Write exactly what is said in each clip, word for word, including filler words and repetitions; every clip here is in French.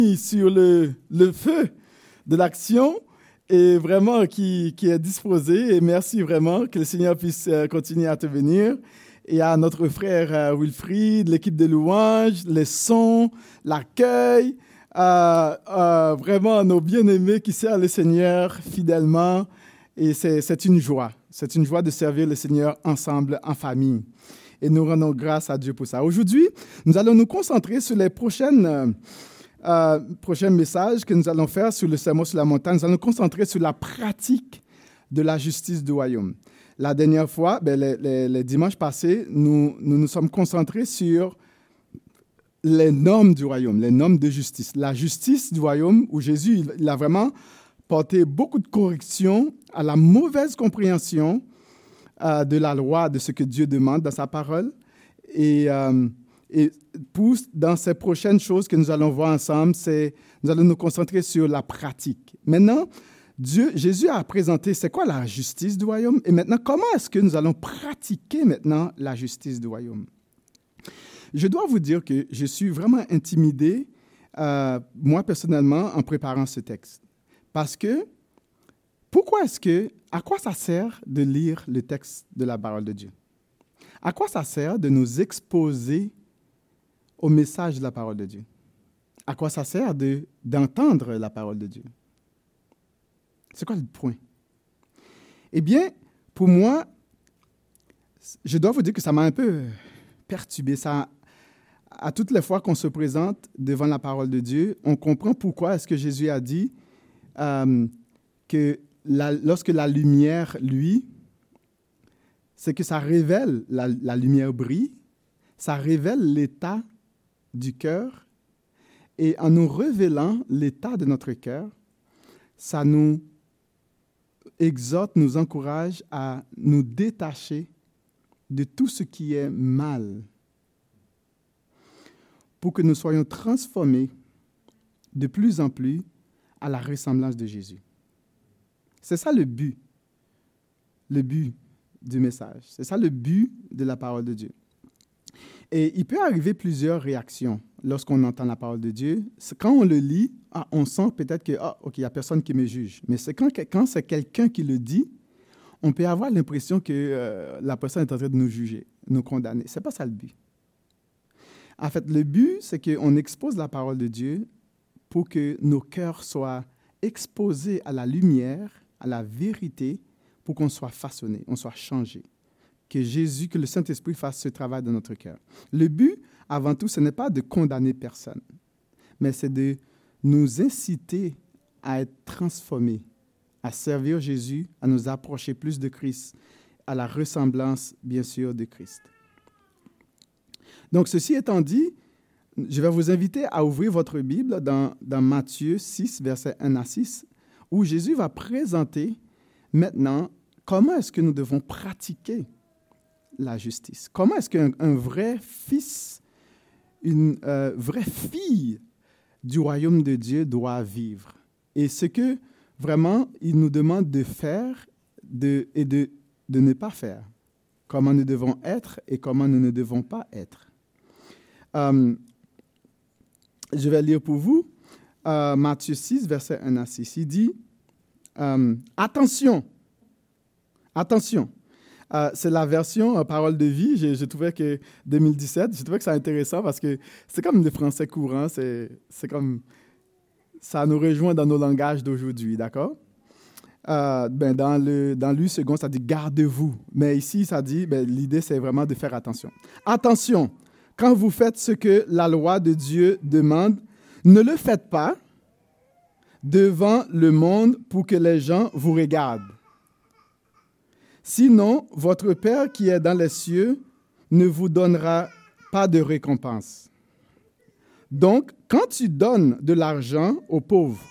sur le, le feu de l'action et vraiment qui, qui est disposé. Et merci vraiment que le Seigneur puisse continuer à te bénir. Et à notre frère Wilfried, l'équipe de louanges, les sons, l'accueil, euh, euh, vraiment nos bien-aimés qui servent le Seigneur fidèlement. Et c'est, c'est une joie. C'est une joie de servir le Seigneur ensemble, en famille. Et nous rendons grâce à Dieu pour ça. Aujourd'hui, nous allons nous concentrer sur les prochaines, euh, prochains messages que nous allons faire sur le sermon sur la montagne. Nous allons nous concentrer sur la pratique de la justice du royaume. La dernière fois, ben, les, les, les dimanches passés, nous, nous nous sommes concentrés sur les normes du royaume, les normes de justice. La justice du royaume où Jésus il, il a vraiment porté beaucoup de corrections à la mauvaise compréhension euh, de la loi, de ce que Dieu demande dans sa parole. Et, euh, et pour, dans ces prochaines choses que nous allons voir ensemble, c'est, nous allons nous concentrer sur la pratique. Maintenant, Dieu, Jésus a présenté c'est quoi la justice du royaume et maintenant, comment est-ce que nous allons pratiquer maintenant la justice du royaume? Je dois vous dire que je suis vraiment intimidé, euh, moi personnellement, en préparant ce texte. Parce que, pourquoi est-ce que, à quoi ça sert de lire le texte de la parole de Dieu? À quoi ça sert de nous exposer au message de la parole de Dieu? À quoi ça sert de, d'entendre la parole de Dieu? C'est quoi le point? Eh bien, pour moi, je dois vous dire que ça m'a un peu perturbé. Ça, à toutes les fois qu'on se présente devant la parole de Dieu, on comprend pourquoi est-ce que Jésus a dit euh, que la, lorsque la lumière luit, c'est que ça révèle, la, la lumière brille, ça révèle l'état du cœur, et en nous révélant l'état de notre cœur, ça nous exhorte, nous encourage à nous détacher de tout ce qui est mal pour que nous soyons transformés de plus en plus à la ressemblance de Jésus. C'est ça le but, le but du message. C'est ça le but de la parole de Dieu. Et il peut arriver plusieurs réactions lorsqu'on entend la parole de Dieu. C'est quand on le lit, ah, on sent peut-être que, ah, OK, il n'y a personne qui me juge. Mais c'est quand, quand c'est quelqu'un qui le dit, on peut avoir l'impression que euh, la personne est en train de nous juger, nous condamner. Ce n'est pas ça le but. En fait, le but, c'est qu'on expose la parole de Dieu pour que nos cœurs soient exposés à la lumière, à la vérité, pour qu'on soit façonné, on soit changé. Que Jésus, que le Saint-Esprit fasse ce travail dans notre cœur. Le but, avant tout, ce n'est pas de condamner personne, mais c'est de nous inciter à être transformés, à servir Jésus, à nous approcher plus de Christ, à la ressemblance, bien sûr, de Christ. Donc, ceci étant dit, je vais vous inviter à ouvrir votre Bible dans, dans Matthieu six, versets un à six, où Jésus va présenter maintenant comment est-ce que nous devons pratiquer la justice. Comment est-ce qu'un un vrai fils, une euh, vraie fille du royaume de Dieu doit vivre? Et ce que vraiment il nous demande de faire de, et de, de ne pas faire. Comment nous devons être et comment nous ne devons pas être. Euh, je vais lire pour vous euh, Matthieu six, verset un à six. Il dit euh, « Attention, attention ». Euh, c'est la version euh, Parole de vie. J'ai, j'ai trouvé que deux mille dix-sept, j'ai trouvé que c'est intéressant parce que c'est comme le français courant. C'est, c'est comme ça nous rejoint dans nos langages d'aujourd'hui, d'accord? Euh, ben dans le dans l'U second, ça dit gardez-vous. Mais ici, ça dit ben, l'idée c'est vraiment de faire attention. Attention, quand vous faites ce que la loi de Dieu demande, ne le faites pas devant le monde pour que les gens vous regardent. Sinon, votre Père qui est dans les cieux ne vous donnera pas de récompense. Donc, quand tu donnes de l'argent aux pauvres,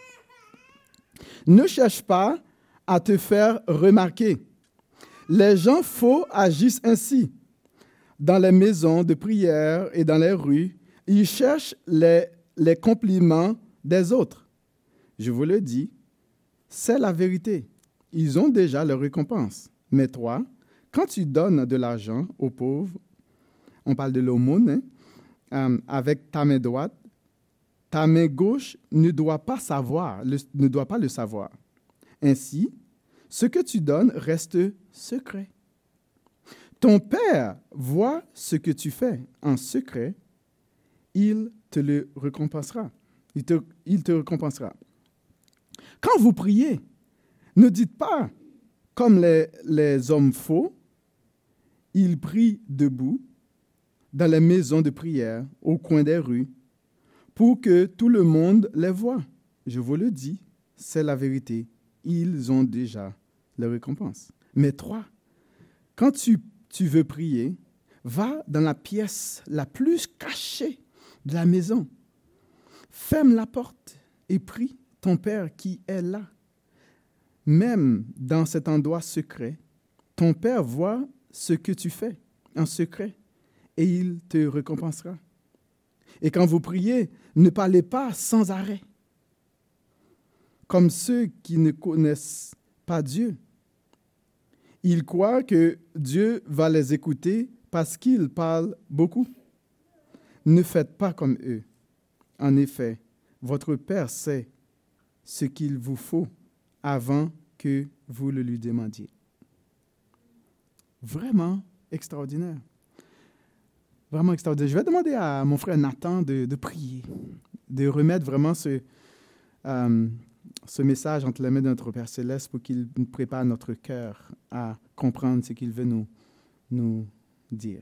ne cherche pas à te faire remarquer. Les gens faux agissent ainsi. Dans les maisons de prière et dans les rues, ils cherchent les, les compliments des autres. Je vous le dis, c'est la vérité. Ils ont déjà leur récompense. Mais toi, quand tu donnes de l'argent aux pauvres, on parle de l'aumône, hein, euh, avec ta main droite, Ta main gauche ne doit pas savoir, le, ne doit pas le savoir. Ainsi, ce que tu donnes reste secret. Ton Père voit ce que tu fais en secret, il te le récompensera. Il te, il te récompensera. Quand vous priez, ne dites pas, comme les, les hommes faux, ils prient debout dans les maisons de prière, au coin des rues, pour que tout le monde les voie. Je vous le dis, c'est la vérité. Ils ont déjà leur récompense. Mais toi, quand tu, tu veux prier, va dans la pièce la plus cachée de la maison. Ferme la porte et prie ton Père qui est là. Même dans cet endroit secret, ton Père voit ce que tu fais en secret et il te récompensera. Et quand vous priez, ne parlez pas sans arrêt, comme ceux qui ne connaissent pas Dieu. Ils croient que Dieu va les écouter parce qu'ils parlent beaucoup. Ne faites pas comme eux. En effet, votre Père sait ce qu'il vous faut avant que vous le lui demandiez. Vraiment extraordinaire. Vraiment extraordinaire. Je vais demander à mon frère Nathan de, de prier, de remettre vraiment ce, euh, ce message entre les mains de notre Père Céleste pour qu'il nous prépare notre cœur à comprendre ce qu'il veut nous, nous dire.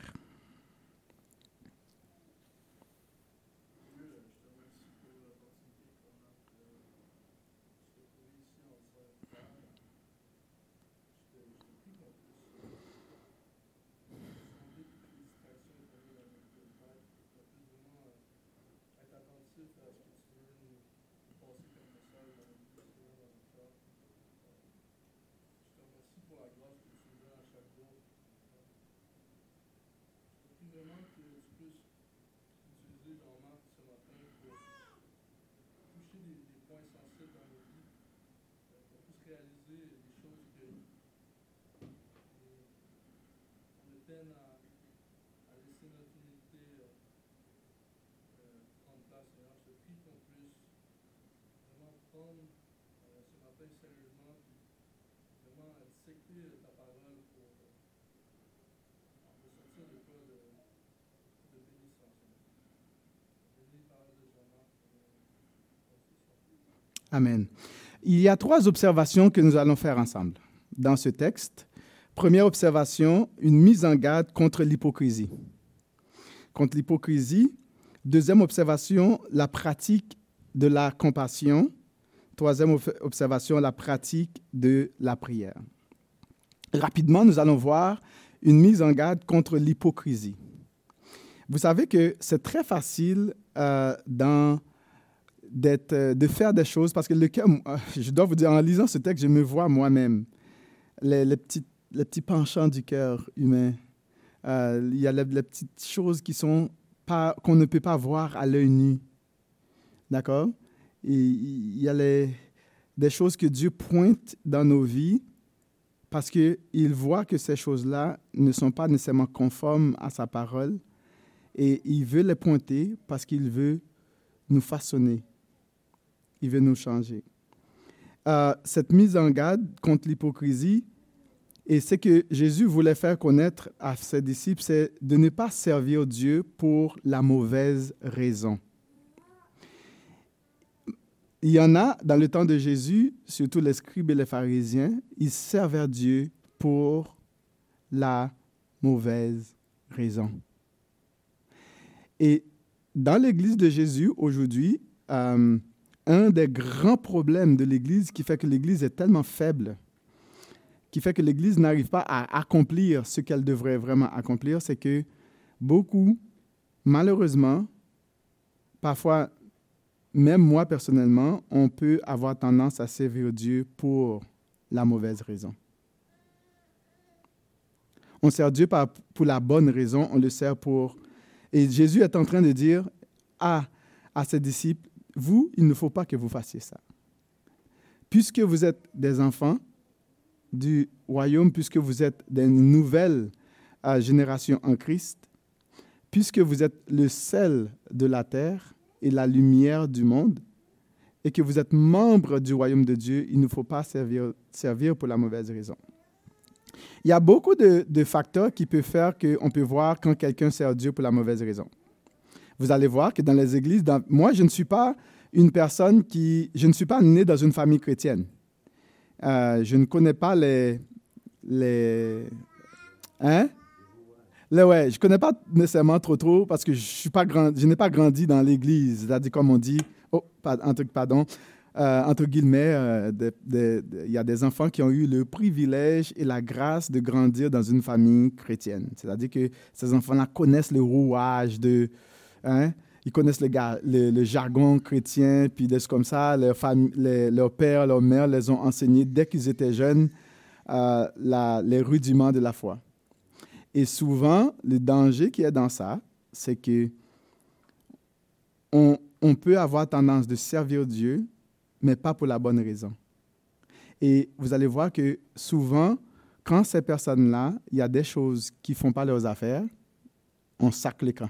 Amen. Il y a trois observations que nous allons faire ensemble dans ce texte. Première observation, une mise en garde contre l'hypocrisie. Contre l'hypocrisie. Deuxième observation, la pratique de la compassion. Troisième observation, la pratique de la prière. Rapidement, nous allons voir une mise en garde contre l'hypocrisie. Vous savez que c'est très facile euh, dans, d'être, de faire des choses, parce que le cœur, je dois vous dire, en lisant ce texte, je me vois moi-même, les, les, petits, les petits penchants du cœur humain. Euh, il y a les, les petites choses qui sont pas, qu'on ne peut pas voir à l'œil nu. D'accord? Et il y a les, des choses que Dieu pointe dans nos vies parce qu'il voit que ces choses-là ne sont pas nécessairement conformes à sa parole et il veut les pointer parce qu'il veut nous façonner. Il veut nous changer. Euh, cette mise en garde contre l'hypocrisie, et ce que Jésus voulait faire connaître à ses disciples, c'est de ne pas servir Dieu pour la mauvaise raison. Il y en a, dans le temps de Jésus, surtout les scribes et les pharisiens, ils servaient Dieu pour la mauvaise raison. Et dans l'Église de Jésus, aujourd'hui, euh, un des grands problèmes de l'Église qui fait que l'Église est tellement faible, qui fait que l'Église n'arrive pas à accomplir ce qu'elle devrait vraiment accomplir, c'est que beaucoup, malheureusement, parfois, même moi personnellement, on peut avoir tendance à servir Dieu pour la mauvaise raison. On sert Dieu pour la bonne raison, on le sert pour... Et Jésus est en train de dire à, à ses disciples, vous, il ne faut pas que vous fassiez ça. Puisque vous êtes des enfants du royaume, puisque vous êtes des nouvelles euh, générations en Christ, puisque vous êtes le sel de la terre et la lumière du monde et que vous êtes membre du royaume de Dieu, il ne faut pas servir, servir pour la mauvaise raison. Il y a beaucoup de, de facteurs qui peuvent faire qu'on peut voir quand quelqu'un sert Dieu pour la mauvaise raison. Vous allez voir que dans les églises, dans, moi, je ne suis pas une personne qui... Je ne suis pas né dans une famille chrétienne. Euh, je ne connais pas les... les hein? Les, ouais, je ne connais pas nécessairement trop trop parce que je, suis pas grand, je n'ai pas grandi dans l'église. C'est-à-dire, comme on dit, oh, entre, pardon, euh, entre guillemets, euh, il y a des enfants qui ont eu le privilège et la grâce de grandir dans une famille chrétienne. C'est-à-dire que ces enfants-là connaissent le rouage de... Hein? Ils connaissent le, le, le jargon chrétien, puis des choses comme ça. Leur, famille, les, leur père, leur mère les ont enseignés dès qu'ils étaient jeunes euh, la, les rudiments de la foi. Et souvent, le danger qui est dans ça, c'est que on, on peut avoir tendance de servir Dieu, mais pas pour la bonne raison. Et vous allez voir que souvent, quand ces personnes-là, il y a des choses qui ne font pas leurs affaires, on sacle le camp.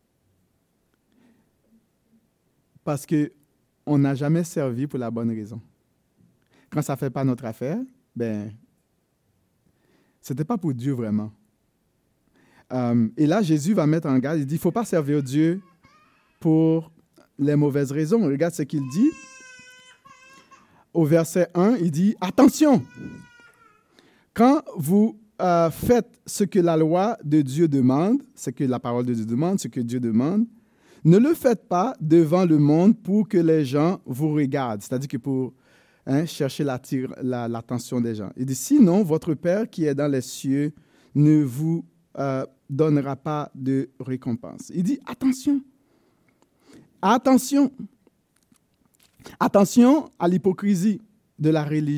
Parce qu'on n'a jamais servi pour la bonne raison. Quand ça ne fait pas notre affaire, ben, ce n'était pas pour Dieu vraiment. Um, et là, Jésus va mettre en garde, il dit, il ne faut pas servir Dieu pour les mauvaises raisons. Regarde ce qu'il dit. Au verset un, il dit, « Attention! Quand vous euh, faites ce que la loi de Dieu demande, ce que la parole de Dieu demande, ce que Dieu demande, ne le faites pas devant le monde pour que les gens vous regardent. » C'est-à-dire que pour hein, chercher l'attention la, la, des gens. Il dit, « Sinon, votre Père qui est dans les cieux ne vous euh, donnera pas de récompense. » Il dit, « Attention! Attention! Attention à l'hypocrisie de la religion. »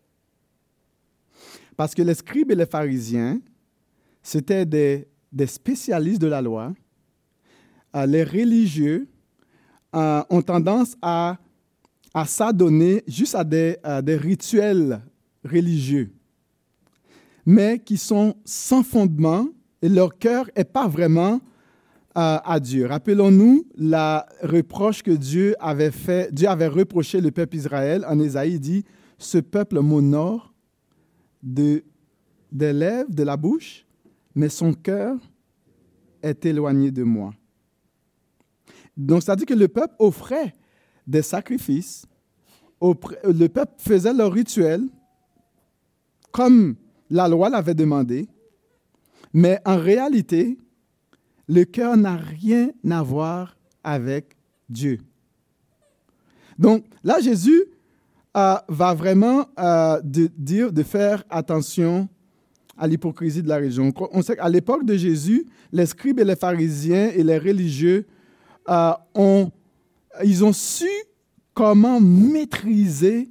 Parce que les scribes et les pharisiens, c'était des, des spécialistes de la loi. Euh, les religieux euh, ont tendance à, à s'adonner juste à des, à des rituels religieux, mais qui sont sans fondement et leur cœur n'est pas vraiment euh, à Dieu. Rappelons-nous la reproche que Dieu avait fait. Dieu avait reproché le peuple Israël en Ésaïe, il dit « Ce peuple m'honore de, des lèvres, de la bouche, mais son cœur est éloigné de moi. » Donc, c'est-à-dire que le peuple offrait des sacrifices, le peuple faisait leur rituel comme la loi l'avait demandé, mais en réalité, le cœur n'a rien à voir avec Dieu. Donc, là, Jésus euh, va vraiment euh, de, dire de faire attention à l'hypocrisie de la religion. On sait qu'à l'époque de Jésus, les scribes et les pharisiens et les religieux Euh, ont, ils ont su comment maîtriser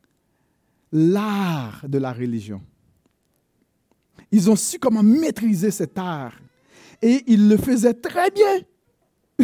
l'art de la religion. Ils ont su comment maîtriser cet art. Et ils le faisaient très bien.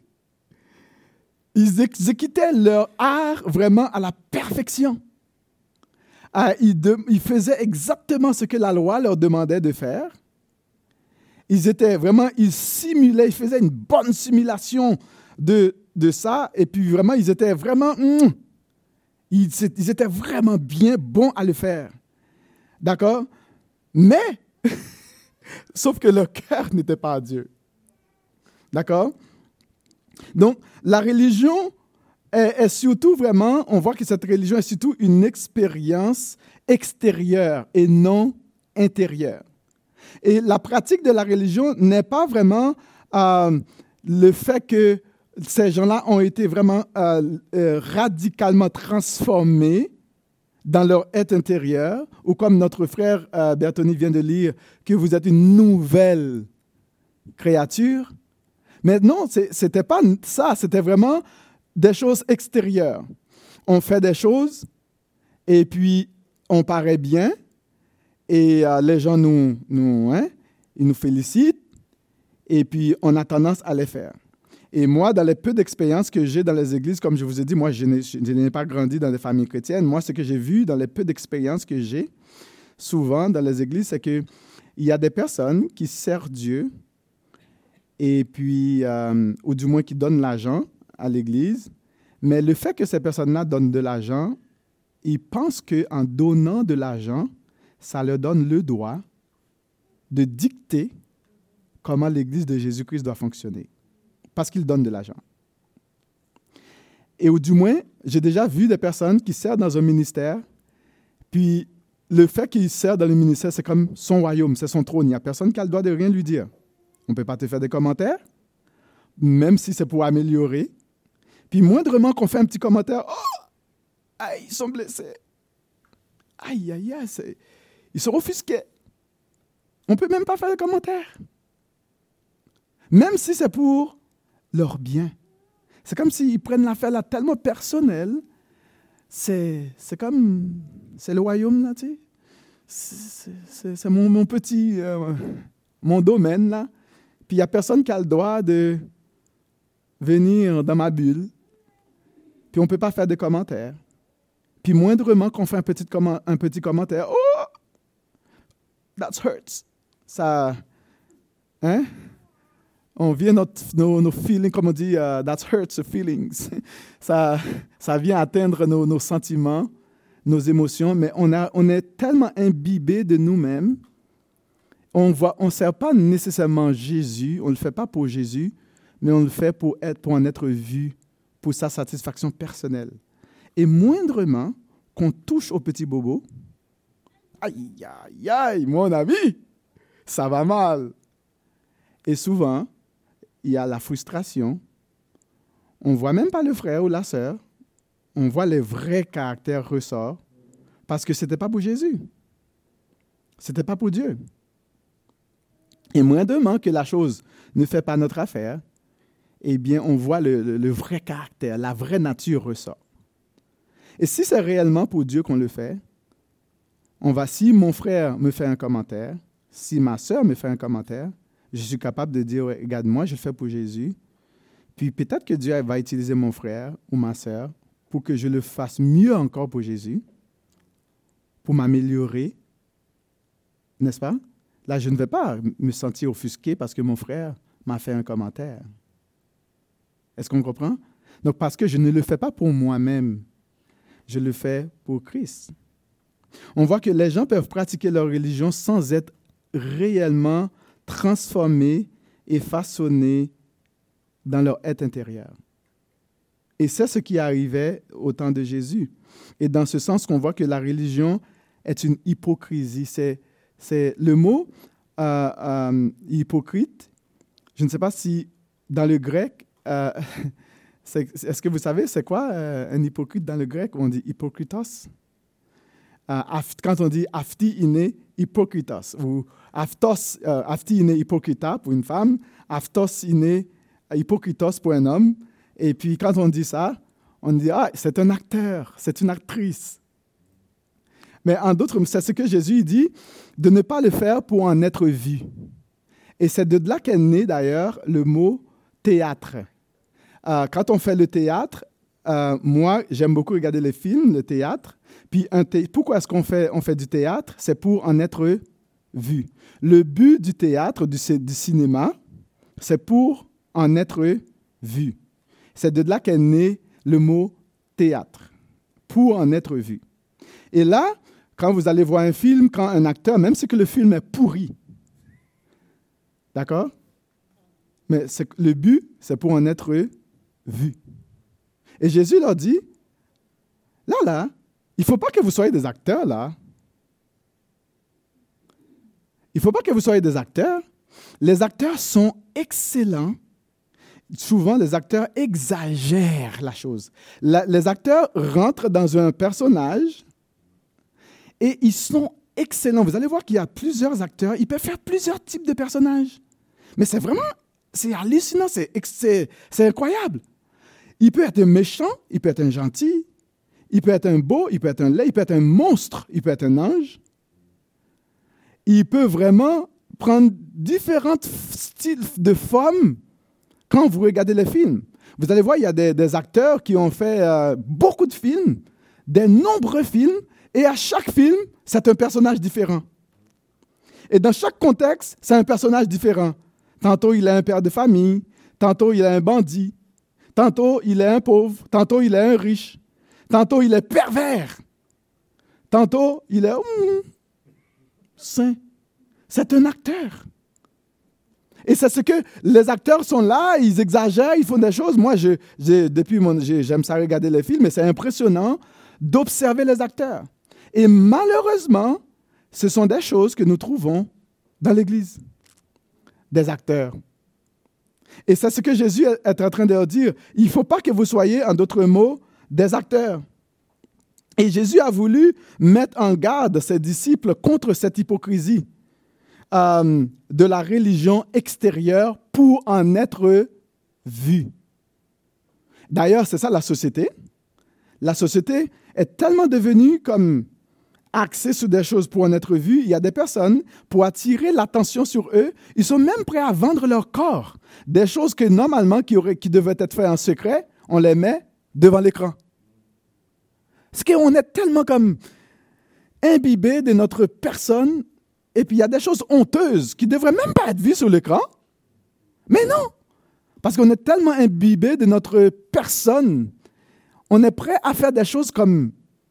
Ils exécutaient leur art vraiment à la perfection. Euh, ils, de, ils faisaient exactement ce que la loi leur demandait de faire. Ils étaient vraiment, ils simulaient, ils faisaient une bonne simulation de, de ça. Et puis vraiment, ils étaient vraiment, mm, ils, ils étaient vraiment bien bons à le faire. D'accord? Mais, sauf que leur cœur n'était pas à Dieu. D'accord? Donc, la religion est, est surtout vraiment, on voit que cette religion est surtout une expérience extérieure et non intérieure. Et la pratique de la religion n'est pas vraiment euh, le fait que ces gens-là ont été vraiment euh, euh, radicalement transformés dans leur être intérieur, ou comme notre frère euh, Bertoni vient de lire, que vous êtes une nouvelle créature. Mais non, ce n'était pas ça, c'était vraiment des choses extérieures. On fait des choses et puis on paraît bien, et euh, les gens nous, nous, hein, ils nous félicitent, et puis on a tendance à les faire. Et moi, dans les peu d'expériences que j'ai dans les églises, comme je vous ai dit, moi, je n'ai, je n'ai pas grandi dans des familles chrétiennes. Moi, ce que j'ai vu dans les peu d'expériences que j'ai, souvent dans les églises, c'est qu'il y a des personnes qui servent Dieu, et puis, euh, ou du moins qui donnent l'argent à l'Église, mais le fait que ces personnes-là donnent de l'argent, ils pensent qu'en donnant de l'argent, ça leur donne le droit de dicter comment l'Église de Jésus-Christ doit fonctionner, parce qu'ils donnent de l'argent. Et ou du moins, j'ai déjà vu des personnes qui servent dans un ministère, puis le fait qu'ils servent dans le ministère, c'est comme son royaume, c'est son trône. Il n'y a personne qui a le droit de rien lui dire. On ne peut pas te faire des commentaires, même si c'est pour améliorer. Puis moindrement qu'on fait un petit commentaire, « Oh, aïe, ils sont blessés. Aïe, aïe, aïe, c'est... ils sont offusqués. » On ne peut même pas faire de commentaires. Même si c'est pour leur bien. C'est comme s'ils prennent l'affaire là tellement personnelle. C'est, c'est comme... C'est le royaume, là, tu sais. C'est, c'est, c'est mon, mon petit... Euh, mon domaine, là. Puis il n'y a personne qui a le droit de venir dans ma bulle. Puis on ne peut pas faire de commentaires. Puis moindrement qu'on fait un petit, comment, un petit commentaire, « Oh, that hurts. » Ça... Hein? On vient notre, nos, nos feelings, comme on dit, uh, « That hurts the feelings. » Ça, ça vient atteindre nos, nos sentiments, nos émotions, mais on, a, on est tellement imbibé de nous-mêmes, on ne on sert pas nécessairement Jésus, on ne le fait pas pour Jésus, mais on le fait pour, être, pour en être vu, pour sa satisfaction personnelle. Et moindrement qu'on touche au petit bobo, aïe, aïe, aïe, mon ami, ça va mal. Et souvent, il y a la frustration. On ne voit même pas le frère ou la sœur. On voit les vrais caractères ressortir parce que ce n'était pas pour Jésus. Ce n'était pas pour Dieu. Et moindrement que la chose ne fait pas notre affaire, eh bien, on voit le, le, le vrai caractère, la vraie nature ressort. Et si c'est réellement pour Dieu qu'on le fait, on va, si mon frère me fait un commentaire, si ma sœur me fait un commentaire, je suis capable de dire, ouais, regarde, moi, je le fais pour Jésus. Puis peut-être que Dieu va utiliser mon frère ou ma sœur pour que je le fasse mieux encore pour Jésus, pour m'améliorer, n'est-ce pas? Là, je ne vais pas me sentir offusqué parce que mon frère m'a fait un commentaire. Est-ce qu'on comprend? Donc, parce que je ne le fais pas pour moi-même, je le fais pour Christ. On voit que les gens peuvent pratiquer leur religion sans être réellement transformés et façonnés dans leur être intérieur. Et c'est ce qui arrivait au temps de Jésus. Et dans ce sens qu'on voit que la religion est une hypocrisie. C'est, c'est le mot euh, euh, hypocrite. Je ne sais pas si dans le grec, euh, c'est, est-ce que vous savez c'est quoi euh, un hypocrite dans le grec? On dit hypokritos. Euh, quand on dit afti iné hypokritos, ou aftos, euh, afti iné hypocrita pour une femme, aftos iné hypokritos pour un homme. Et puis quand on dit ça, on dit ah c'est un acteur, c'est une actrice. Mais en d'autres, c'est ce que Jésus dit, de ne pas le faire pour en être vu. Et c'est de là qu'est né d'ailleurs le mot théâtre. Euh, quand on fait le théâtre, euh, moi j'aime beaucoup regarder les films, le théâtre. Puis un thé- pourquoi est-ce qu'on fait, on fait du théâtre? C'est pour en être vu. Le but du théâtre, du, du cinéma, c'est pour en être vu. C'est de là qu'est né le mot théâtre, pour en être vu. Et là, quand vous allez voir un film, quand un acteur, même si que le film est pourri, d'accord? Mais c'est, le but, c'est pour en être vu. Et Jésus leur dit, là, là, il ne faut pas que vous soyez des acteurs, là. Il ne faut pas que vous soyez des acteurs. Les acteurs sont excellents. Souvent, les acteurs exagèrent la chose. La, les acteurs rentrent dans un personnage et ils sont excellents. Vous allez voir qu'il y a plusieurs acteurs. Ils peuvent faire plusieurs types de personnages. Mais c'est vraiment, c'est hallucinant, c'est, c'est, c'est incroyable. Il peut être un méchant, il peut être un gentil, il peut être un beau, il peut être un laid, il peut être un monstre, il peut être un ange. Il peut vraiment prendre différents styles de formes quand vous regardez les films. Vous allez voir, il y a des, des acteurs qui ont fait euh, beaucoup de films, des nombreux films, et à chaque film, c'est un personnage différent. Et dans chaque contexte, c'est un personnage différent. Tantôt, il est un père de famille, tantôt, il est un bandit, Tantôt, il est un pauvre. Tantôt, il est un riche. Tantôt, il est pervers. Tantôt, il est hum, saint. C'est un acteur. Et c'est ce que les acteurs sont là, ils exagèrent, ils font des choses. Moi, je, je, depuis mon, je, j'aime ça regarder les films, mais c'est impressionnant d'observer les acteurs. Et malheureusement, ce sont des choses que nous trouvons dans l'Église. Des acteurs. Et c'est ce que Jésus est en train de leur dire. Il ne faut pas que vous soyez, en d'autres mots, des acteurs. Et Jésus a voulu mettre en garde ses disciples contre cette hypocrisie euh, de la religion extérieure pour en être vu. D'ailleurs, c'est ça la société. La société est tellement devenue comme axée sur des choses pour en être vue. Il y a des personnes, pour attirer l'attention sur eux, ils sont même prêts à vendre leur corps. Des choses que normalement, qui, auraient, qui devaient être faites en secret, on les met devant l'écran. Parce qu'on est tellement comme imbibé de notre personne, et puis il y a des choses honteuses qui ne devraient même pas être vues sur l'écran. Mais non, parce qu'on est tellement imbibé de notre personne, on est prêt à faire des choses comme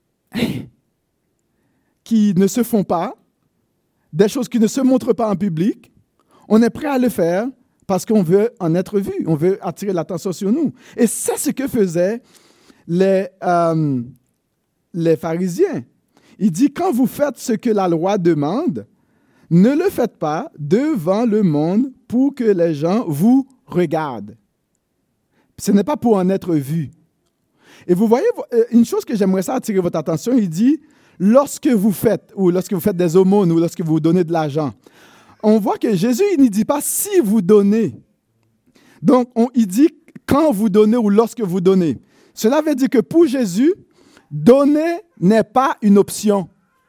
qui ne se font pas, des choses qui ne se montrent pas en public. On est prêt à le faire parce qu'on veut en être vu, on veut attirer l'attention sur nous. Et c'est ce que faisaient les... Euh, les pharisiens. Il dit, quand vous faites ce que la loi demande, ne le faites pas devant le monde pour que les gens vous regardent. Ce n'est pas pour en être vu. Et vous voyez, une chose que j'aimerais ça attirer votre attention, il dit, lorsque vous faites, ou lorsque vous faites des aumônes, ou lorsque vous donnez de l'argent, on voit que Jésus, il ne dit pas si vous donnez. Donc, on, il dit quand vous donnez ou lorsque vous donnez. Cela veut dire que pour Jésus, donner n'est pas une option.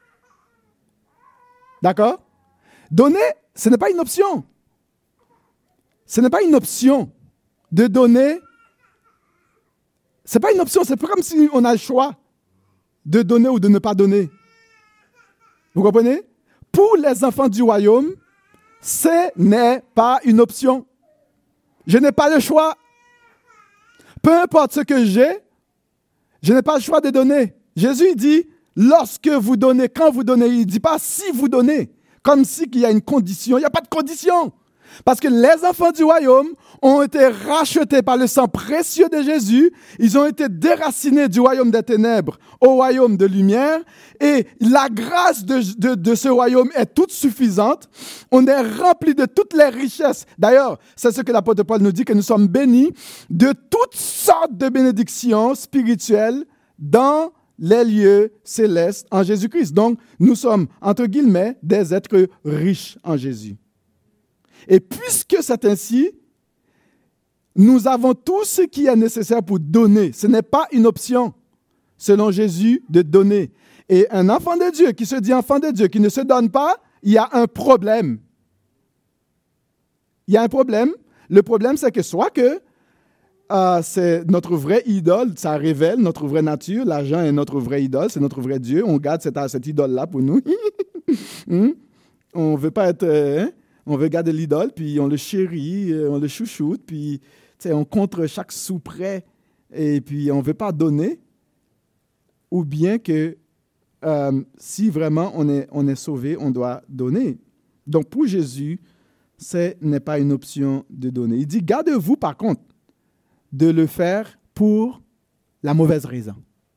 D'accord? Donner, ce n'est pas une option. Ce n'est pas une option de donner. Ce n'est pas une option. C'est pas comme si on a le choix de donner ou de ne pas donner. Vous comprenez? Pour les enfants du royaume, ce n'est pas une option. Je n'ai pas le choix. Peu importe ce que j'ai, je n'ai pas le choix de donner. Jésus dit, lorsque vous donnez, quand vous donnez, il ne dit pas si vous donnez, comme si il y a une condition. Il n'y a pas de condition. Parce que les enfants du royaume ont été rachetés par le sang précieux de Jésus. Ils ont été déracinés du royaume des ténèbres au royaume de lumière. Et la grâce de, de, de ce royaume est toute suffisante. On est rempli de toutes les richesses. D'ailleurs, c'est ce que l'apôtre Paul nous dit, que nous sommes bénis de toutes sortes de bénédictions spirituelles dans les lieux célestes en Jésus-Christ. Donc, nous sommes, entre guillemets, des êtres riches en Jésus. Et puisque c'est ainsi, nous avons tout ce qui est nécessaire pour donner. Ce n'est pas une option, selon Jésus, de donner. Et un enfant de Dieu qui se dit enfant de Dieu, qui ne se donne pas, il y a un problème. Il y a un problème. Le problème, c'est que soit que euh, c'est notre vraie idole, ça révèle notre vraie nature, l'argent est notre vraie idole, c'est notre vrai Dieu, on garde cette, cette idole-là pour nous. hmm? On ne veut pas être... Euh, hein? On veut garder l'idole, puis on le chérit, on le chouchoute, puis on contre chaque sou près, et puis on ne veut pas donner. Ou bien que euh, si vraiment on est, on est sauvé, on doit donner. Donc pour Jésus, ce n'est pas une option de donner. Il dit, gardez-vous par contre de le faire pour la mauvaise raison.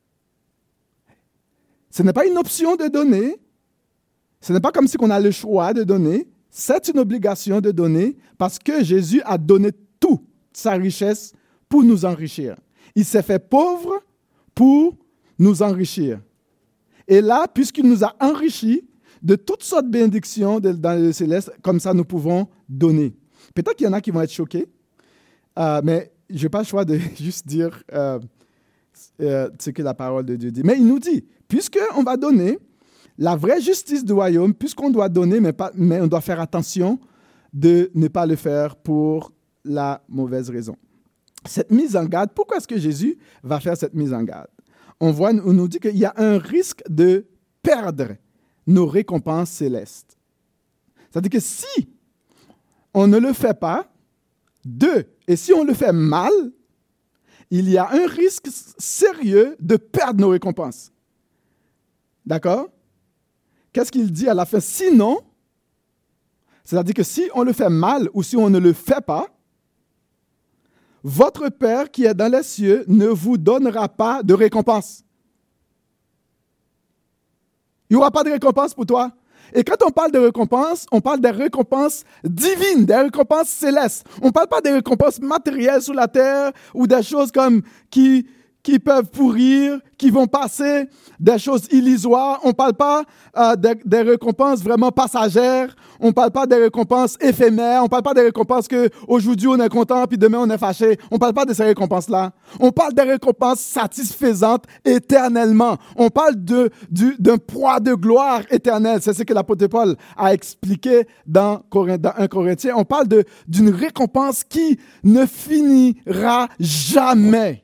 Ce n'est pas une option de donner. Ce n'est pas comme si on a le choix de donner. C'est une obligation de donner parce que Jésus a donné toute sa richesse pour nous enrichir. Il s'est fait pauvre pour nous enrichir. Et là, puisqu'il nous a enrichis de toutes sortes de bénédictions dans le céleste, comme ça nous pouvons donner. Peut-être qu'il y en a qui vont être choqués, euh, mais je n'ai pas le choix de juste dire euh, euh, ce que la parole de Dieu dit. Mais il nous dit, puisqu'on va donner, la vraie justice du royaume, puisqu'on doit donner, mais, pas, mais on doit faire attention de ne pas le faire pour la mauvaise raison. Cette mise en garde, pourquoi est-ce que Jésus va faire cette mise en garde? On, voit, on nous dit qu'il y a un risque de perdre nos récompenses célestes. C'est-à-dire que si on ne le fait pas, deux, et si on le fait mal, il y a un risque sérieux de perdre nos récompenses. D'accord? Qu'est-ce qu'il dit à la fin? Sinon, c'est-à-dire que si on le fait mal ou si on ne le fait pas, votre Père qui est dans les cieux ne vous donnera pas de récompense. Il n'y aura pas de récompense pour toi. Et quand on parle de récompense, on parle des récompenses divines, des récompenses célestes. On ne parle pas des récompenses matérielles sur la terre ou des choses comme qui, qui peuvent pourrir, qui vont passer, des choses illusoires. On ne parle pas euh, des, des récompenses vraiment passagères. On ne parle pas des récompenses éphémères. On ne parle pas des récompenses qu'aujourd'hui on est content puis demain on est fâché. On ne parle pas de ces récompenses-là. On parle des récompenses satisfaisantes éternellement. On parle de, du, d'un poids de gloire éternel. C'est ce que l'apôtre Paul a expliqué dans, dans un Corinthien. On parle de, d'une récompense qui ne finira jamais.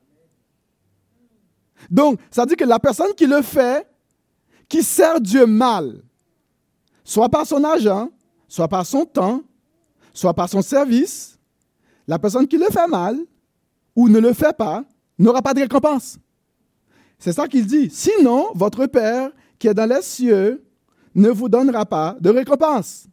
Donc, ça dit que la personne qui le fait, qui sert Dieu mal, soit par son argent, soit par son temps, soit par son service, la personne qui le fait mal ou ne le fait pas n'aura pas de récompense. C'est ça qu'il dit. Sinon, votre Père qui est dans les cieux ne vous donnera pas de récompense.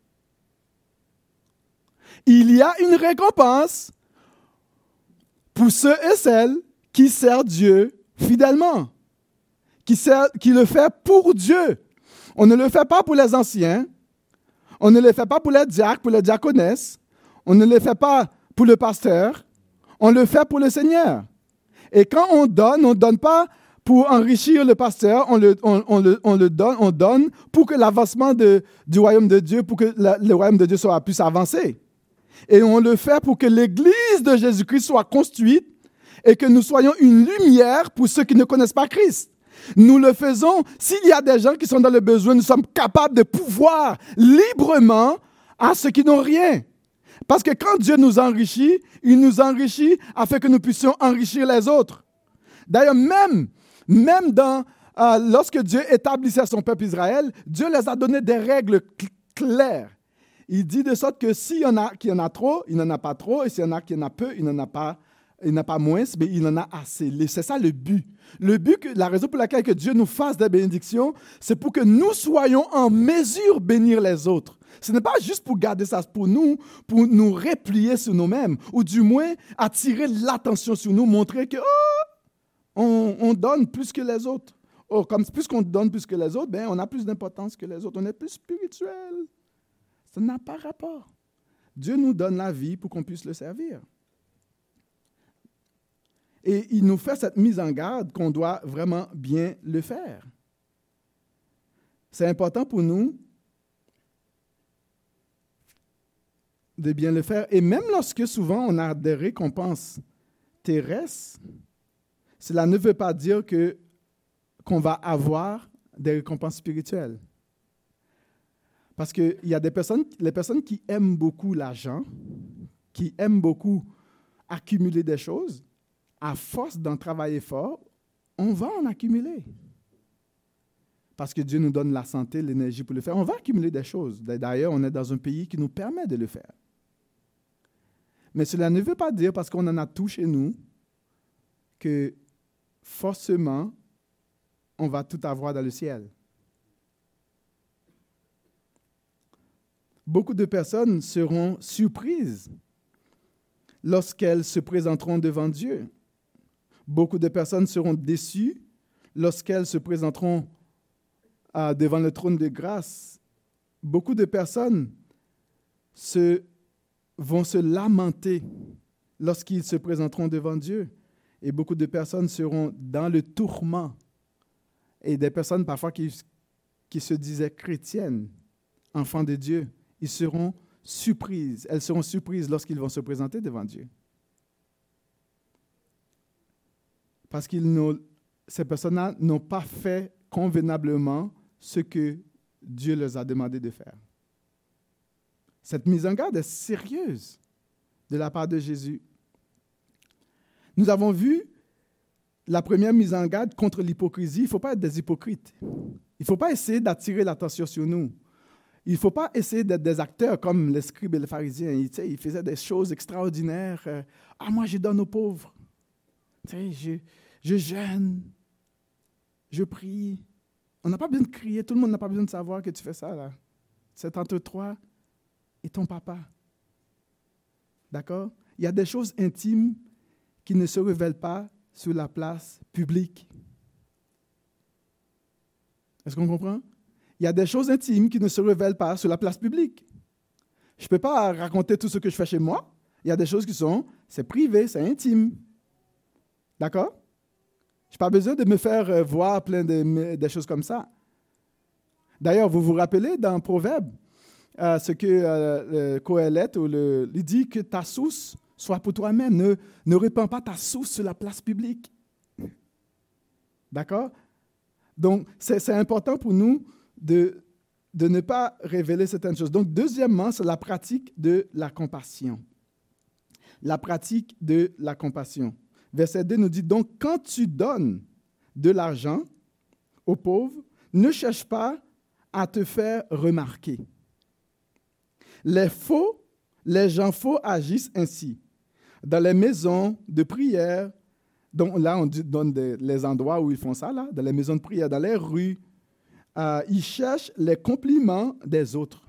Il y a une récompense pour ceux et celles qui servent Dieu fidèlement, qui, sert, qui le fait pour Dieu. On ne le fait pas pour les anciens, on ne le fait pas pour les diacres, pour les diaconesses, on ne le fait pas pour le pasteur, on le fait pour le Seigneur. Et quand on donne, on ne donne pas pour enrichir le pasteur, on le, on, on le, on le donne, on donne pour que l'avancement de, du royaume de Dieu, pour que la, le royaume de Dieu soit plus avancé. Et on le fait pour que l'Église de Jésus-Christ soit construite et que nous soyons une lumière pour ceux qui ne connaissent pas Christ. Nous le faisons, s'il y a des gens qui sont dans le besoin, nous sommes capables de pouvoir librement à ceux qui n'ont rien. Parce que quand Dieu nous enrichit, il nous enrichit afin que nous puissions enrichir les autres. D'ailleurs, même, même dans, euh, lorsque Dieu établissait son peuple Israël, Dieu les a donné des règles cl- claires. Il dit de sorte que s'il y en a qui en a trop, il n'en a pas trop, et s'il y en a qui en a peu, il n'en a pas Il n'a pas moins, mais il en a assez. C'est ça le but. Le but, que, la raison pour laquelle que Dieu nous fasse des bénédictions, c'est pour que nous soyons en mesure de bénir les autres. Ce n'est pas juste pour garder ça pour nous, pour nous replier sur nous-mêmes, ou du moins attirer l'attention sur nous, montrer que oh, on, on donne plus que les autres. Oh, comme puisqu'on donne plus que les autres, ben, on a plus d'importance que les autres. On est plus spirituel. Ça n'a pas rapport. Dieu nous donne la vie pour qu'on puisse le servir. Et il nous fait cette mise en garde qu'on doit vraiment bien le faire. C'est important pour nous de bien le faire. Et même lorsque souvent on a des récompenses terrestres, cela ne veut pas dire que, qu'on va avoir des récompenses spirituelles. Parce qu'il y a des personnes, les personnes qui aiment beaucoup l'argent, qui aiment beaucoup accumuler des choses, à force d'en travailler fort, on va en accumuler. Parce que Dieu nous donne la santé, l'énergie pour le faire. On va accumuler des choses. D'ailleurs, on est dans un pays qui nous permet de le faire. Mais cela ne veut pas dire, parce qu'on en a tout chez nous, que forcément, on va tout avoir dans le ciel. Beaucoup de personnes seront surprises lorsqu'elles se présenteront devant Dieu. Beaucoup de personnes seront déçues lorsqu'elles se présenteront euh, devant le trône de grâce. Beaucoup de personnes se, vont se lamenter lorsqu'ils se présenteront devant Dieu. Et beaucoup de personnes seront dans le tourment. Et des personnes parfois qui, qui se disaient chrétiennes, enfants de Dieu, ils seront surprises. Elles seront surprises lorsqu'ils vont se présenter devant Dieu. Parce que ces personnes-là n'ont pas fait convenablement ce que Dieu leur a demandé de faire. Cette mise en garde est sérieuse de la part de Jésus. Nous avons vu la première mise en garde contre l'hypocrisie. Il ne faut pas être des hypocrites. Il ne faut pas essayer d'attirer l'attention sur nous. Il ne faut pas essayer d'être des acteurs comme les scribes et les pharisiens. Ils, ils faisaient des choses extraordinaires. Euh, ah, moi, je donne aux pauvres. Tu sais, je, je jeûne, je prie. On n'a pas besoin de crier, tout le monde n'a pas besoin de savoir que tu fais ça, là. C'est entre toi et ton papa. D'accord? Il y a des choses intimes qui ne se révèlent pas sur la place publique. Est-ce qu'on comprend? Il y a des choses intimes qui ne se révèlent pas sur la place publique. Je ne peux pas raconter tout ce que je fais chez moi. Il y a des choses qui sont, c'est privé, c'est intime. D'accord? Je n'ai pas besoin de me faire voir plein de, de choses comme ça. D'ailleurs, vous vous rappelez dans Proverbe, euh, ce que euh, le Qoéleth ou le, il dit que ta source soit pour toi-même. Ne, ne répands pas ta source sur la place publique. D'accord? Donc, c'est, c'est important pour nous de, de ne pas révéler certaines choses. Donc, deuxièmement, c'est la pratique de la compassion. La pratique de la compassion. Verset deux nous dit, donc, quand tu donnes de l'argent aux pauvres, ne cherche pas à te faire remarquer. Les faux, les gens faux agissent ainsi. Dans les maisons de prière, donc là, on donne des, les endroits où ils font ça, là, dans les maisons de prière, dans les rues, euh, ils cherchent les compliments des autres.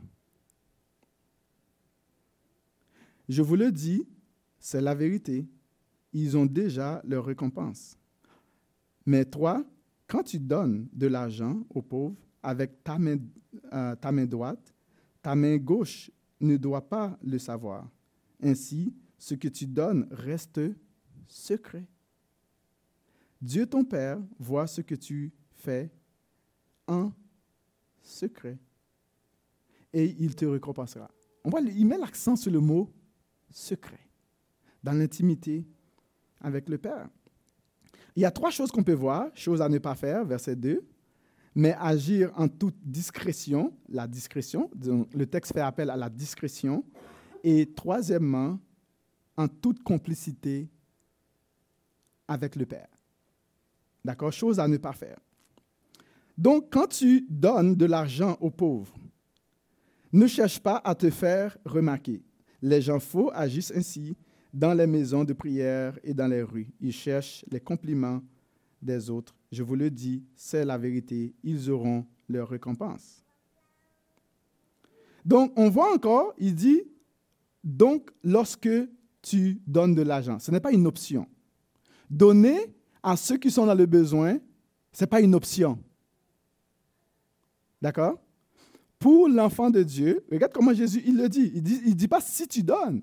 Je vous le dis, c'est la vérité. Ils ont déjà leur récompense. Mais toi, quand tu donnes de l'argent aux pauvres avec ta main, euh, ta main droite, ta main gauche ne doit pas le savoir. Ainsi, ce que tu donnes reste secret. Dieu ton Père voit ce que tu fais en secret et il te récompensera. On voit, il met l'accent sur le mot secret, dans l'intimité avec le Père. Il y a trois choses qu'on peut voir, choses à ne pas faire, verset deux, mais agir en toute discrétion, la discrétion, donc le texte fait appel à la discrétion, et troisièmement, en toute complicité avec le Père. D'accord? Chose à ne pas faire. Donc, quand tu donnes de l'argent aux pauvres, ne cherche pas à te faire remarquer. Les gens faux agissent ainsi dans les maisons de prière et dans les rues. Ils cherchent les compliments des autres. Je vous le dis, c'est la vérité. Ils auront leur récompense. Donc, on voit encore, il dit, donc, lorsque tu donnes de l'argent, ce n'est pas une option. Donner à ceux qui sont dans le besoin, ce n'est pas une option. D'accord? Pour l'enfant de Dieu, regarde comment Jésus il le dit. Il dit, il dit pas si tu donnes.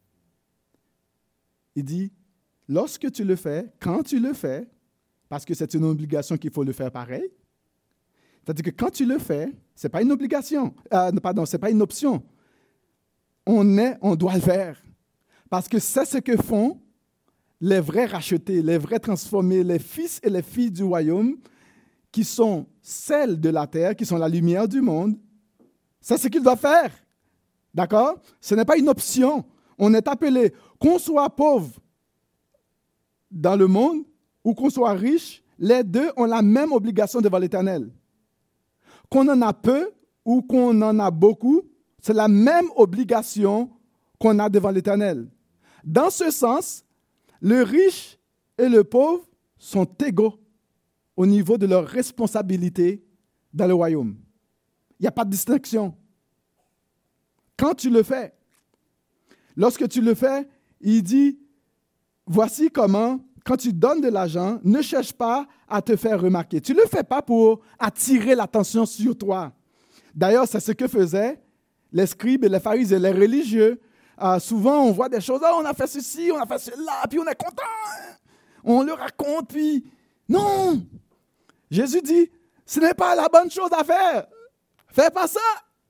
Il dit, lorsque tu le fais, quand tu le fais, parce que c'est une obligation qu'il faut le faire pareil. C'est-à-dire que quand tu le fais, ce n'est pas une obligation. Euh, pardon, ce n'est pas une option. On, est, on doit le faire. Parce que c'est ce que font les vrais rachetés, les vrais transformés, les fils et les filles du royaume, qui sont celles de la terre, qui sont la lumière du monde. C'est ce qu'ils doivent faire. D'accord? Ce n'est pas une option. On est appelé, qu'on soit pauvre dans le monde ou qu'on soit riche, les deux ont la même obligation devant l'Éternel. Qu'on en a peu ou qu'on en a beaucoup, c'est la même obligation qu'on a devant l'Éternel. Dans ce sens, le riche et le pauvre sont égaux au niveau de leur responsabilité dans le royaume. Il n'y a pas de distinction. Quand tu le fais, lorsque tu le fais, il dit, voici comment, quand tu donnes de l'argent, ne cherche pas à te faire remarquer. Tu ne le fais pas pour attirer l'attention sur toi. D'ailleurs, c'est ce que faisaient les scribes et les pharisiens, les religieux. Euh, souvent, on voit des choses, oh, on a fait ceci, on a fait cela, puis on est content. On le raconte, puis non. Jésus dit, ce n'est pas la bonne chose à faire. Fais pas ça.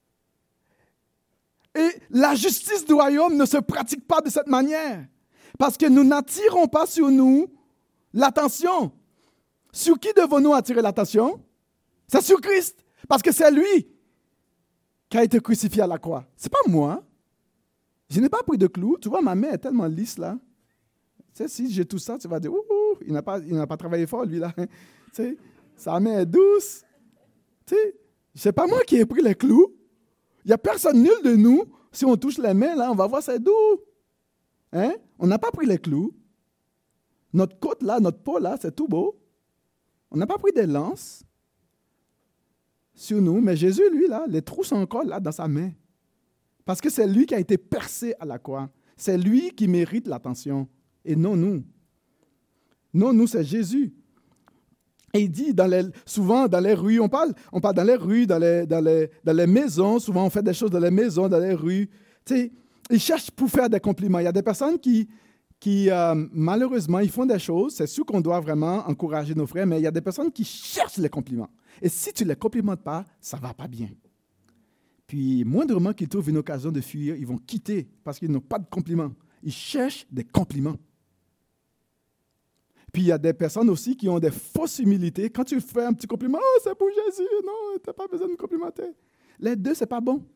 Et la justice du royaume ne se pratique pas de cette manière. Parce que nous n'attirons pas sur nous l'attention. Sur qui devons-nous attirer l'attention? C'est sur Christ. Parce que c'est lui qui a été crucifié à la croix. Ce n'est pas moi. Je n'ai pas pris de clous. Tu vois, ma main est tellement lisse là. Tu sais, si j'ai tout ça, tu vas dire, ouh, il n'a pas, il n'a pas travaillé fort lui là. Tu sais, sa main est douce. Tu sais, ce n'est pas moi qui ai pris les clous. Il n'y a personne, nul de nous. Si on touche les mains là, on va voir c'est doux. Hein? On n'a pas pris les clous. Notre côte là, notre peau là, c'est tout beau. On n'a pas pris des lances sur nous, mais Jésus, lui, là, les trous sont encore là dans sa main. Parce que c'est lui qui a été percé à la croix. C'est lui qui mérite l'attention et non nous. Non, nous, c'est Jésus. Et il dit, dans les, souvent dans les rues, on parle, on parle dans les rues, dans les, dans, les, dans les maisons, souvent on fait des choses dans les maisons, dans les rues. Tu sais, ils cherchent pour faire des compliments. Il y a des personnes qui, qui euh, malheureusement, ils font des choses. C'est sûr qu'on doit vraiment encourager nos frères, mais il y a des personnes qui cherchent les compliments. Et si tu ne les complimentes pas, ça ne va pas bien. Puis, moindrement qu'ils trouvent une occasion de fuir, ils vont quitter parce qu'ils n'ont pas de compliments. Ils cherchent des compliments. Puis, il y a des personnes aussi qui ont des fausses humilités. Quand tu fais un petit compliment, « Oh, c'est pour Jésus! » Non, tu n'as pas besoin de me complimenter. Les deux, ce n'est pas bon.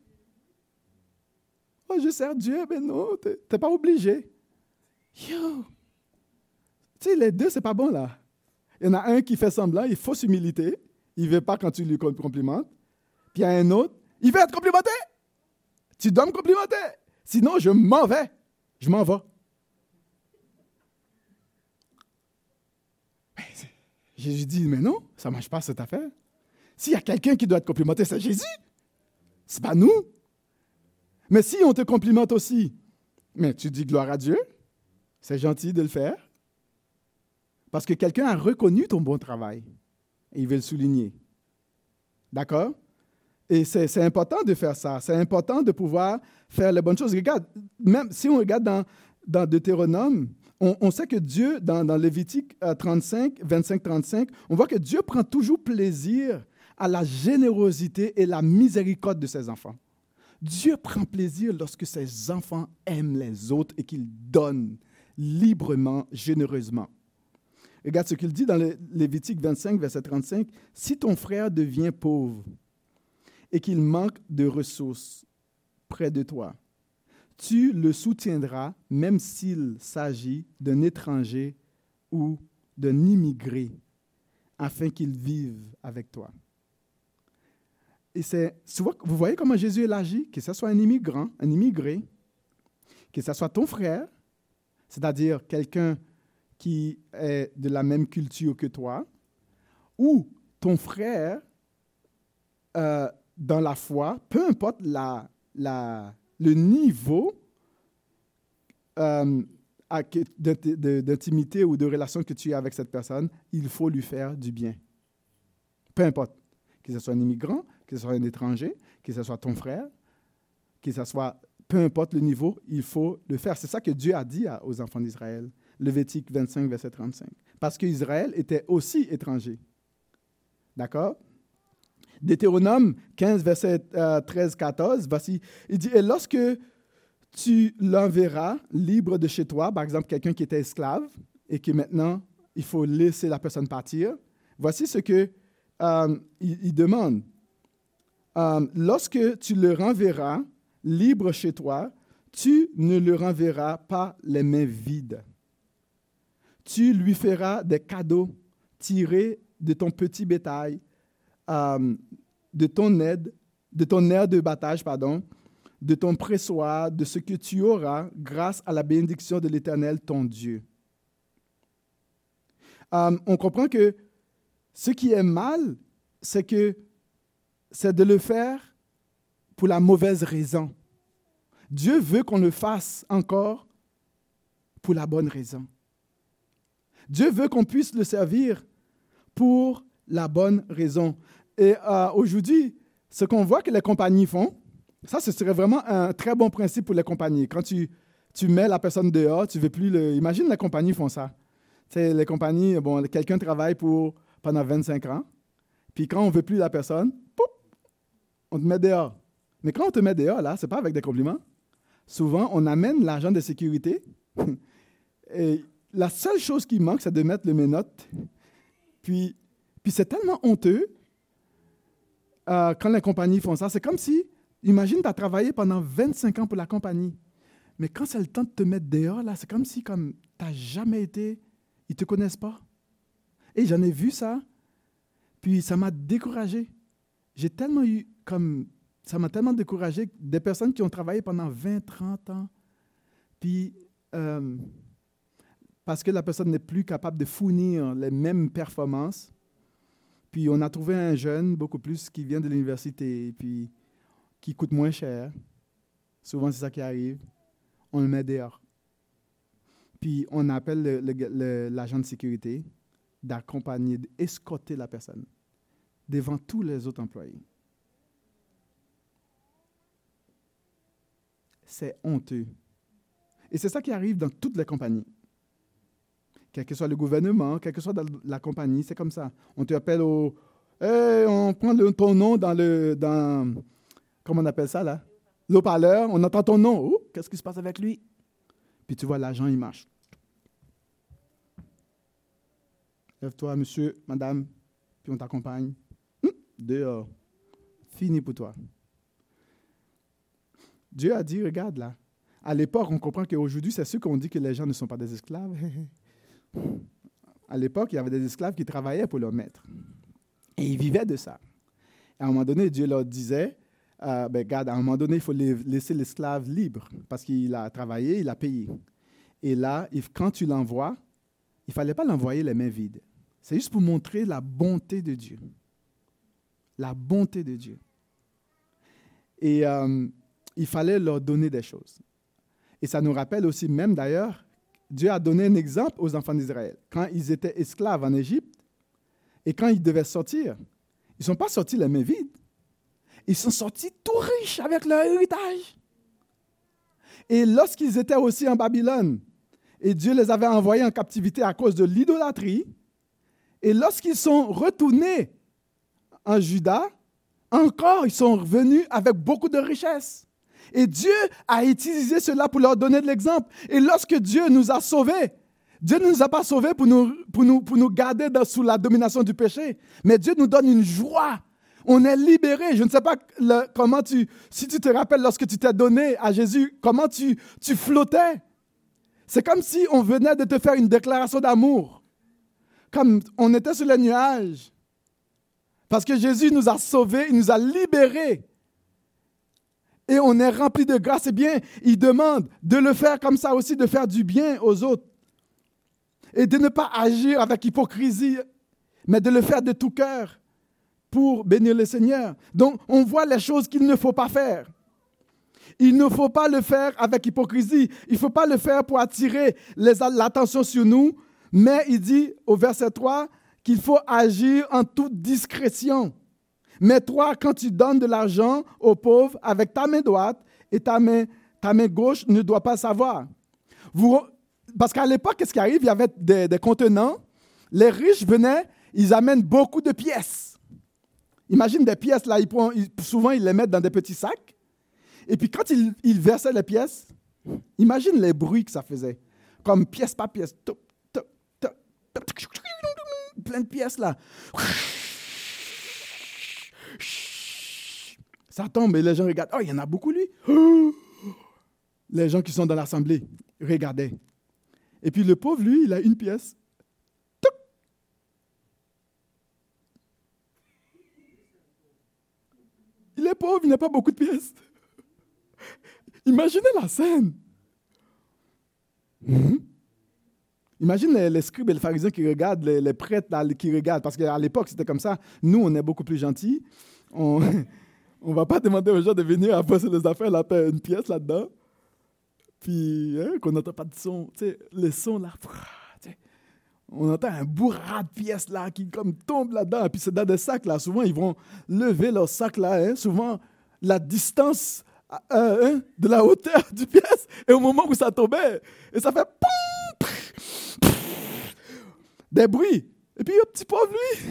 « Oh, je sers Dieu! » Mais non, tu n'es pas obligé. Yo! Tu sais, les deux, ce n'est pas bon, là. Il y en a un qui fait semblant, il a fausse humilité. Il ne veut pas quand tu lui complimentes. Puis, il y a un autre, il veut être complimenté. Tu dois me complimenter. Sinon, je m'en vais. Je m'en vais. Jésus dit, mais non, ça ne marche pas cette affaire. S'il y a quelqu'un qui doit être complimenté, c'est Jésus. Ce n'est pas nous. Mais si on te complimente aussi, mais tu dis gloire à Dieu, c'est gentil de le faire. Parce que quelqu'un a reconnu ton bon travail et il veut le souligner. D'accord? Et c'est, c'est important de faire ça. C'est important de pouvoir faire les bonnes choses. Regarde, même si on regarde dans, dans Deutéronome, on, on sait que Dieu, dans, dans Lévitique trente-cinq, vingt-cinq trente-cinq, on voit que Dieu prend toujours plaisir à la générosité et la miséricorde de ses enfants. Dieu prend plaisir lorsque ses enfants aiment les autres et qu'ils donnent librement, généreusement. Regarde ce qu'il dit dans le Lévitique vingt-cinq, verset trente-cinq. « Si ton frère devient pauvre et qu'il manque de ressources près de toi, tu le soutiendras même s'il s'agit d'un étranger ou d'un immigré, afin qu'il vive avec toi. » Et c'est, vous voyez comment Jésus agit, que ce soit un immigrant, un immigré, que ce soit ton frère, c'est-à-dire quelqu'un qui est de la même culture que toi, ou ton frère euh, dans la foi, peu importe la, la, le niveau euh, d'intimité ou de relation que tu as avec cette personne, il faut lui faire du bien. Peu importe, que ce soit un immigrant, que ce soit un étranger, que ce soit ton frère, que ce soit, peu importe le niveau, il faut le faire. C'est ça que Dieu a dit aux enfants d'Israël. Lévitique vingt-cinq, verset trente-cinq. Parce qu'Israël était aussi étranger. D'accord? Deutéronome quinze, verset euh, treize quatorze, voici, il dit, « Et lorsque tu l'enverras libre de chez toi, par exemple, quelqu'un qui était esclave, et que maintenant, il faut laisser la personne partir, voici ce que euh, il, il demande. Euh, lorsque tu le renverras libre chez toi, tu ne le renverras pas les mains vides. Tu lui feras des cadeaux tirés de ton petit bétail, euh, de ton aide, de ton aire de battage, pardon, de ton pressoir, de ce que tu auras grâce à la bénédiction de l'Éternel, ton Dieu. » Euh, on comprend que ce qui est mal, c'est que c'est de le faire pour la mauvaise raison. Dieu veut qu'on le fasse encore pour la bonne raison. Dieu veut qu'on puisse le servir pour la bonne raison. Et euh, aujourd'hui, ce qu'on voit que les compagnies font, ça, ce serait vraiment un très bon principe pour les compagnies. Quand tu, tu mets la personne dehors, tu ne veux plus le... Imagine les compagnies font ça. Tu sais, les compagnies, bon, quelqu'un travaille pour, pendant vingt-cinq ans, puis quand on ne veut plus la personne, poup, on te met dehors. Mais quand on te met dehors, là, ce n'est pas avec des compliments. Souvent, on amène l'agent de sécurité et la seule chose qui manque, c'est de mettre le menottes. Puis, puis c'est tellement honteux euh, quand les compagnies font ça. C'est comme si, imagine, tu as travaillé pendant vingt-cinq ans pour la compagnie. Mais quand c'est le temps de te mettre dehors, là, c'est comme si comme, tu n'as jamais été, ils ne te connaissent pas. Et j'en ai vu ça, puis ça m'a découragé. J'ai tellement eu, comme, ça m'a tellement découragé, des personnes qui ont travaillé pendant vingt, trente ans. Puis, euh, parce que la personne n'est plus capable de fournir les mêmes performances. Puis on a trouvé un jeune, beaucoup plus, qui vient de l'université, et puis qui coûte moins cher. Souvent, c'est ça qui arrive. On le met dehors. Puis on appelle le, le, le, l'agent de sécurité d'accompagner, d'escorter la personne devant tous les autres employés. C'est honteux. Et c'est ça qui arrive dans toutes les compagnies. Quel que soit le gouvernement, quel que soit la compagnie, c'est comme ça. On te appelle au... Hey, on prend le, ton nom dans le... Dans, comment on appelle ça, là? L'haut-parleur, on entend ton nom. Oh, qu'est-ce qui se passe avec lui? Puis tu vois, l'agent, il marche. Lève-toi, monsieur, madame, puis on t'accompagne. Hum, dehors. Fini pour toi. Dieu a dit, regarde là. À l'époque, on comprend qu'aujourd'hui, c'est sûr qu'on dit que les gens ne sont pas des esclaves. À l'époque, il y avait des esclaves qui travaillaient pour leur maître. Et ils vivaient de ça. Et à un moment donné, Dieu leur disait, euh, ben, regarde, à un moment donné, il faut laisser l'esclave libre parce qu'il a travaillé, il a payé. Et là, quand tu l'envoies, il ne fallait pas l'envoyer les mains vides. C'est juste pour montrer la bonté de Dieu. La bonté de Dieu. Et euh, il fallait leur donner des choses. Et ça nous rappelle aussi, même d'ailleurs, Dieu a donné un exemple aux enfants d'Israël. Quand ils étaient esclaves en Égypte, et quand ils devaient sortir, ils ne sont pas sortis les mains vides. Ils sont sortis tout riches avec leur héritage. Et lorsqu'ils étaient aussi en Babylone, et Dieu les avait envoyés en captivité à cause de l'idolâtrie, et lorsqu'ils sont retournés en Juda, encore, ils sont revenus avec beaucoup de richesses. Et Dieu a utilisé cela pour leur donner de l'exemple. Et lorsque Dieu nous a sauvés, Dieu ne nous a pas sauvés pour nous, pour nous, pour nous garder dans, sous la domination du péché, mais Dieu nous donne une joie. On est libérés. Je ne sais pas le, comment tu, si tu te rappelles lorsque tu t'es donné à Jésus, comment tu, tu flottais. C'est comme si on venait de te faire une déclaration d'amour. Comme on était sur les nuages. Parce que Jésus nous a sauvés, il nous a libérés. Et on est rempli de grâce. Eh bien, il demande de le faire comme ça aussi, de faire du bien aux autres. Et de ne pas agir avec hypocrisie, mais de le faire de tout cœur pour bénir le Seigneur. Donc, on voit les choses qu'il ne faut pas faire. Il ne faut pas le faire avec hypocrisie. Il ne faut pas le faire pour attirer les, l'attention sur nous. Mais il dit au verset trois qu'il faut agir en toute discrétion. Mais toi, quand tu donnes de l'argent aux pauvres avec ta main droite et ta main, ta main gauche ne doit pas savoir. Vous, parce qu'à l'époque, qu'est-ce qui arrive? Il y avait des, des contenants. Les riches venaient, ils amènent beaucoup de pièces. Imagine des pièces, là, ils prennent, ils, souvent ils les mettent dans des petits sacs. Et puis quand ils, ils versaient les pièces, imagine les bruits que ça faisait. Comme pièce par pièce. Top, top, top, top, plein de pièces là. Ça tombe et les gens regardent. Oh, il y en a beaucoup, lui. Les gens qui sont dans l'assemblée regardaient. Et puis le pauvre, lui, il a une pièce. Touc. Il est pauvre, il n'a pas beaucoup de pièces. Imaginez la scène. Mm-hmm. Imagine les, les scribes et les pharisiens qui regardent, les, les prêtres là, qui regardent. Parce qu'à l'époque, c'était comme ça. Nous, on est beaucoup plus gentils. On ne va pas demander aux gens de venir à passer les affaires, là, une pièce là-dedans. Puis, hein, qu'on n'entend pas de son. Tu sais, le son, là, on entend un bourrat de pièces, là, qui comme tombe là-dedans. Puis, c'est dans des sacs, là. Souvent, ils vont lever leur sac, là. Hein, souvent, la distance euh, hein, de la hauteur du pièce. Et au moment où ça tombait, et ça fait poum, des bruits. Et puis, un petit pauvre, lui.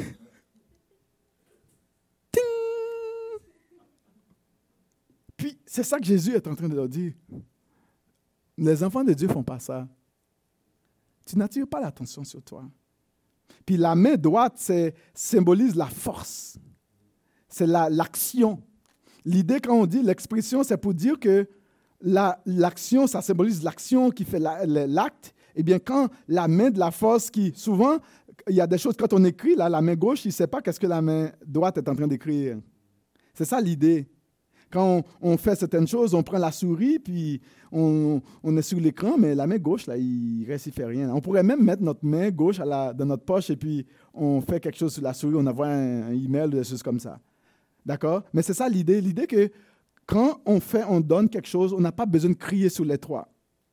Ting! Puis, c'est ça que Jésus est en train de leur dire. Les enfants de Dieu ne font pas ça. Tu n'attires pas l'attention sur toi. Puis la main droite, c'est, symbolise la force. C'est la, l'action. L'idée, quand on dit l'expression, c'est pour dire que la, l'action, ça symbolise l'action qui fait la, l'acte. Eh bien, quand la main de la force qui, souvent, il y a des choses, quand on écrit, là, la main gauche, il ne sait pas qu'est-ce que la main droite est en train d'écrire. C'est ça l'idée. Quand on, on fait certaines choses, on prend la souris, puis on, on est sur l'écran, mais la main gauche, là, il reste, il ne fait rien. On pourrait même mettre notre main gauche à la, dans notre poche et puis on fait quelque chose sur la souris, on envoie un, un email ou des choses comme ça. D'accord? Mais c'est ça l'idée. L'idée que quand on fait, on donne quelque chose, on n'a pas besoin de crier sur les toits.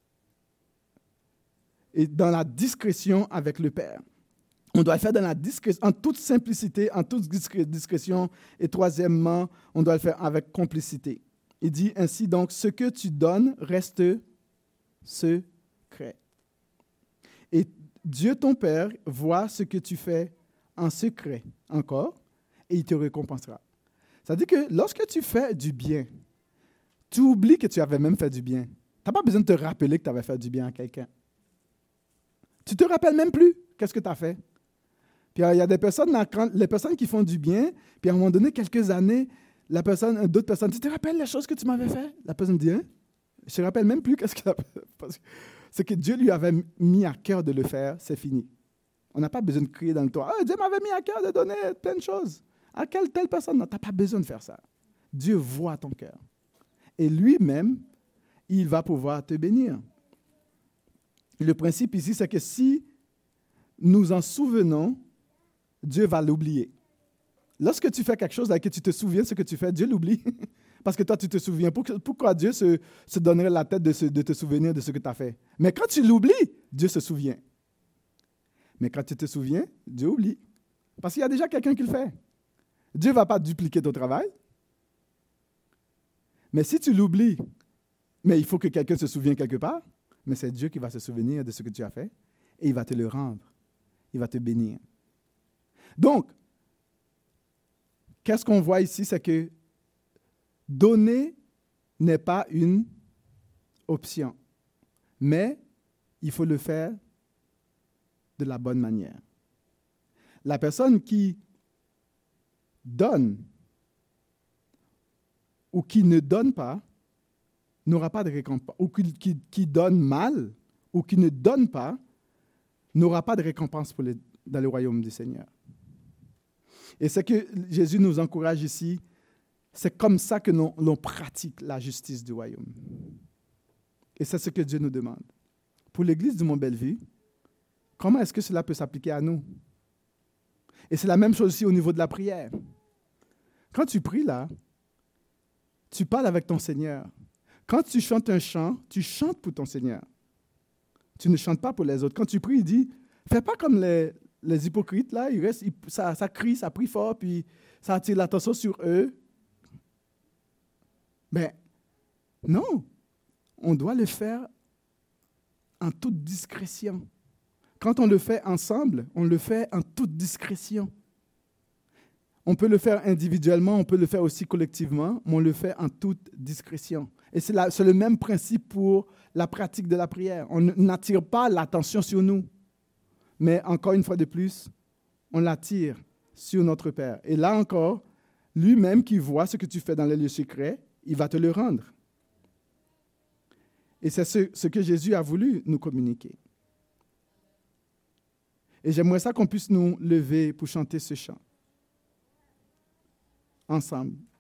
Et dans la discrétion avec le Père. On doit le faire dans la discrétion, en toute simplicité, en toute discrétion. Et troisièmement, on doit le faire avec complicité. Il dit ainsi donc, ce que tu donnes reste secret. Et Dieu, ton Père, voit ce que tu fais en secret encore, et il te récompensera. C'est-à-dire que lorsque tu fais du bien, tu oublies que tu avais même fait du bien. Tu n'as pas besoin de te rappeler que tu avais fait du bien à quelqu'un. Tu ne te rappelles même plus qu'est-ce que tu as fait. Puis il y a des personnes, quand, les personnes qui font du bien, puis à un moment donné, quelques années, la personne, d'autres personnes, tu te rappelles les choses que tu m'avais fait? La personne dit, hein? Je ne me rappelle même plus qu'est-ce qu'elle a fait. C'est que Dieu lui avait mis à cœur de le faire, c'est fini. On n'a pas besoin de crier dans le toit. Ah, Dieu m'avait mis à cœur de donner plein de choses. À quelle telle personne? Non, tu n'as pas besoin de faire ça. Dieu voit ton cœur. Et lui-même, il va pouvoir te bénir. Le principe ici, c'est que si nous en souvenons, Dieu va l'oublier. Lorsque tu fais quelque chose et que tu te souviens de ce que tu fais, Dieu l'oublie. Parce que toi, tu te souviens. Pourquoi Dieu se, se donnerait la tête de, se, de te souvenir de ce que tu as fait? Mais quand tu l'oublies, Dieu se souvient. Mais quand tu te souviens, Dieu oublie. Parce qu'il y a déjà quelqu'un qui le fait. Dieu ne va pas dupliquer ton travail. Mais si tu l'oublies, mais il faut que quelqu'un se souvienne quelque part, mais c'est Dieu qui va se souvenir de ce que tu as fait et il va te le rendre. Il va te bénir. Donc, qu'est-ce qu'on voit ici? C'est que donner n'est pas une option, mais il faut le faire de la bonne manière. La personne qui donne ou qui ne donne pas n'aura pas de récompense, ou qui, qui, qui donne mal ou qui ne donne pas n'aura pas de récompense pour les, dans le royaume du Seigneur. Et c'est que Jésus nous encourage ici, c'est comme ça que l'on, l'on pratique la justice du royaume. Et c'est ce que Dieu nous demande. Pour l'Église du Mont-Bellevue, comment est-ce que cela peut s'appliquer à nous? Et c'est la même chose aussi au niveau de la prière. Quand tu pries là, tu parles avec ton Seigneur. Quand tu chantes un chant, tu chantes pour ton Seigneur. Tu ne chantes pas pour les autres. Quand tu pries, il dit, fais pas comme les, les hypocrites, là, ils restent, ils, ça, ça crie, ça prie fort, puis ça attire l'attention sur eux. Mais non, on doit le faire en toute discrétion. Quand on le fait ensemble, on le fait en toute discrétion. On peut le faire individuellement, on peut le faire aussi collectivement, mais on le fait en toute discrétion. Et c'est, la, c'est le même principe pour la pratique de la prière. On n'attire pas l'attention sur nous, mais encore une fois de plus, on l'attire sur notre Père. Et là encore, lui-même qui voit ce que tu fais dans les lieux secrets, il va te le rendre. Et c'est ce, ce que Jésus a voulu nous communiquer. Et j'aimerais ça qu'on puisse nous lever pour chanter ce chant ensemble.